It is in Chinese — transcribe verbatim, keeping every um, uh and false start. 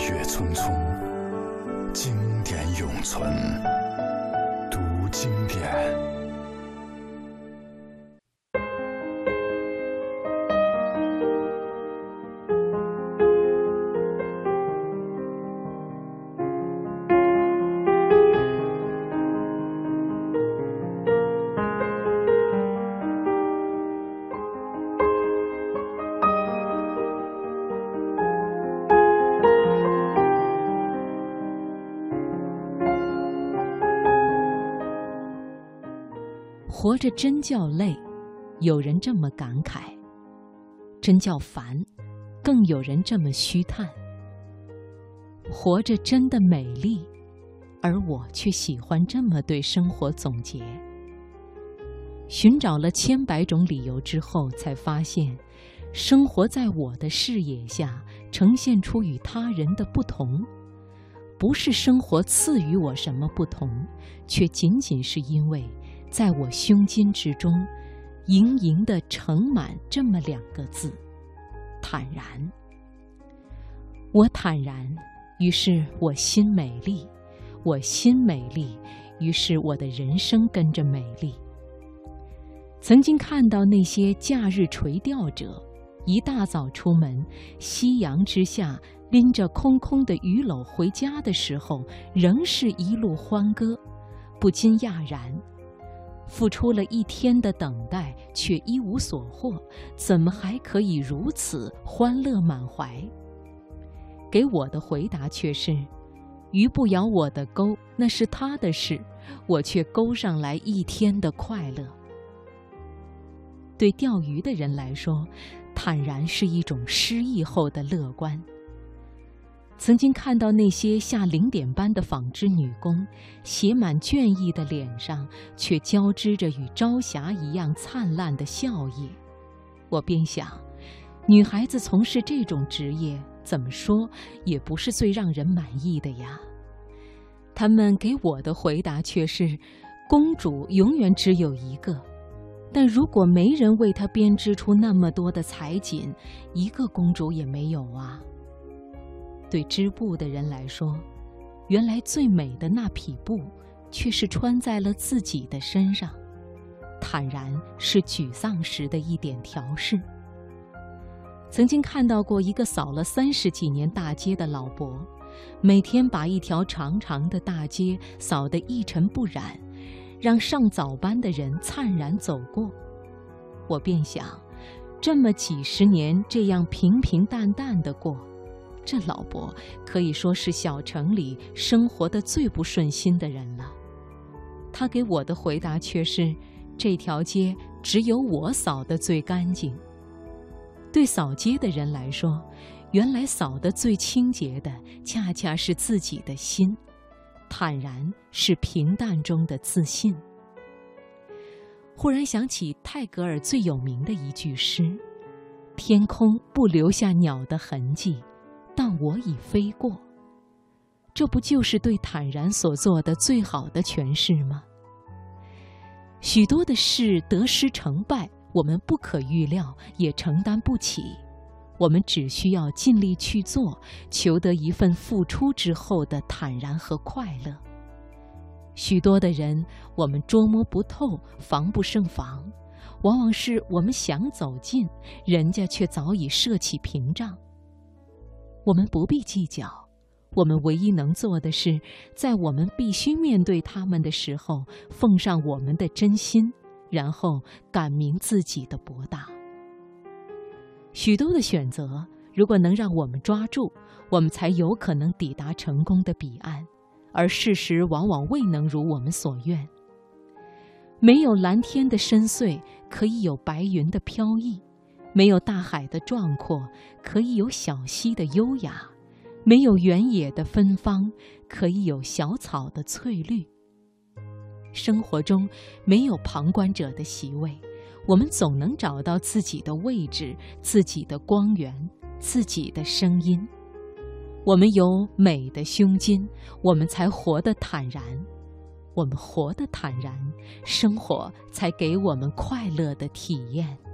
雪匆匆，经典永存，读经典。 活着真叫累，有人这么感慨；真叫烦，更有人这么虚叹。活着真的美丽，而我却喜欢这么对生活总结。寻找了千百种理由之后，才发现，生活在我的视野下，呈现出与他人的不同，不是生活赐予我什么不同，却仅仅是因为在我胸襟之中，盈盈地盛满这么两个字：坦然。我坦然，于是我心美丽；我心美丽，于是我的人生跟着美丽。曾经看到那些假日垂钓者，一大早出门，夕阳之下，拎着空空的鱼篓回家的时候，仍是一路欢歌，不禁讶然。付出了一天的等待，却一无所获，怎么还可以如此欢乐满怀？给我的回答却是：鱼不咬我的钩，那是他的事，我却勾上来一天的快乐。对钓鱼的人来说，坦然是一种失意后的乐观。曾经看到那些下零点班的纺织女工，写满倦意的脸上，却交织着与朝霞一样灿烂的笑靥。我便想，女孩子从事这种职业，怎么说也不是最让人满意的呀。他们给我的回答却是：公主永远只有一个，但如果没人为她编织出那么多的彩锦，一个公主也没有啊。对织布的人来说，原来最美的那匹布，却是穿在了自己的身上。坦然是沮丧时的一点调试。曾经看到过一个扫了三十几年大街的老伯，每天把一条长长的大街扫得一尘不染，让上早班的人灿然走过。我便想，这么几十年这样平平淡淡的过，这老伯可以说是小城里生活得最不顺心的人了。他给我的回答却是：这条街只有我扫得最干净。对扫街的人来说，原来扫得最清洁的恰恰是自己的心。坦然是平淡中的自信。忽然想起泰戈尔最有名的一句诗：天空不留下鸟的痕迹，但我已飞过。这不就是对坦然所做的最好的诠释吗？许多的事得失成败，我们不可预料，也承担不起，我们只需要尽力去做，求得一份付出之后的坦然和快乐。许多的人，我们捉摸不透，防不胜防，往往是我们想走近，人家却早已设起屏障。我们不必计较，我们唯一能做的是，在我们必须面对他们的时候，奉上我们的真心，然后感明自己的博大。许多的选择，如果能让我们抓住，我们才有可能抵达成功的彼岸，而事实往往未能如我们所愿。没有蓝天的深邃，可以有白云的飘逸；没有大海的壮阔，可以有小溪的优雅；没有原野的芬芳，可以有小草的翠绿。生活中没有旁观者的席位，我们总能找到自己的位置，自己的光源，自己的声音。我们有美的胸襟，我们才活得坦然。我们活得坦然，生活才给我们快乐的体验。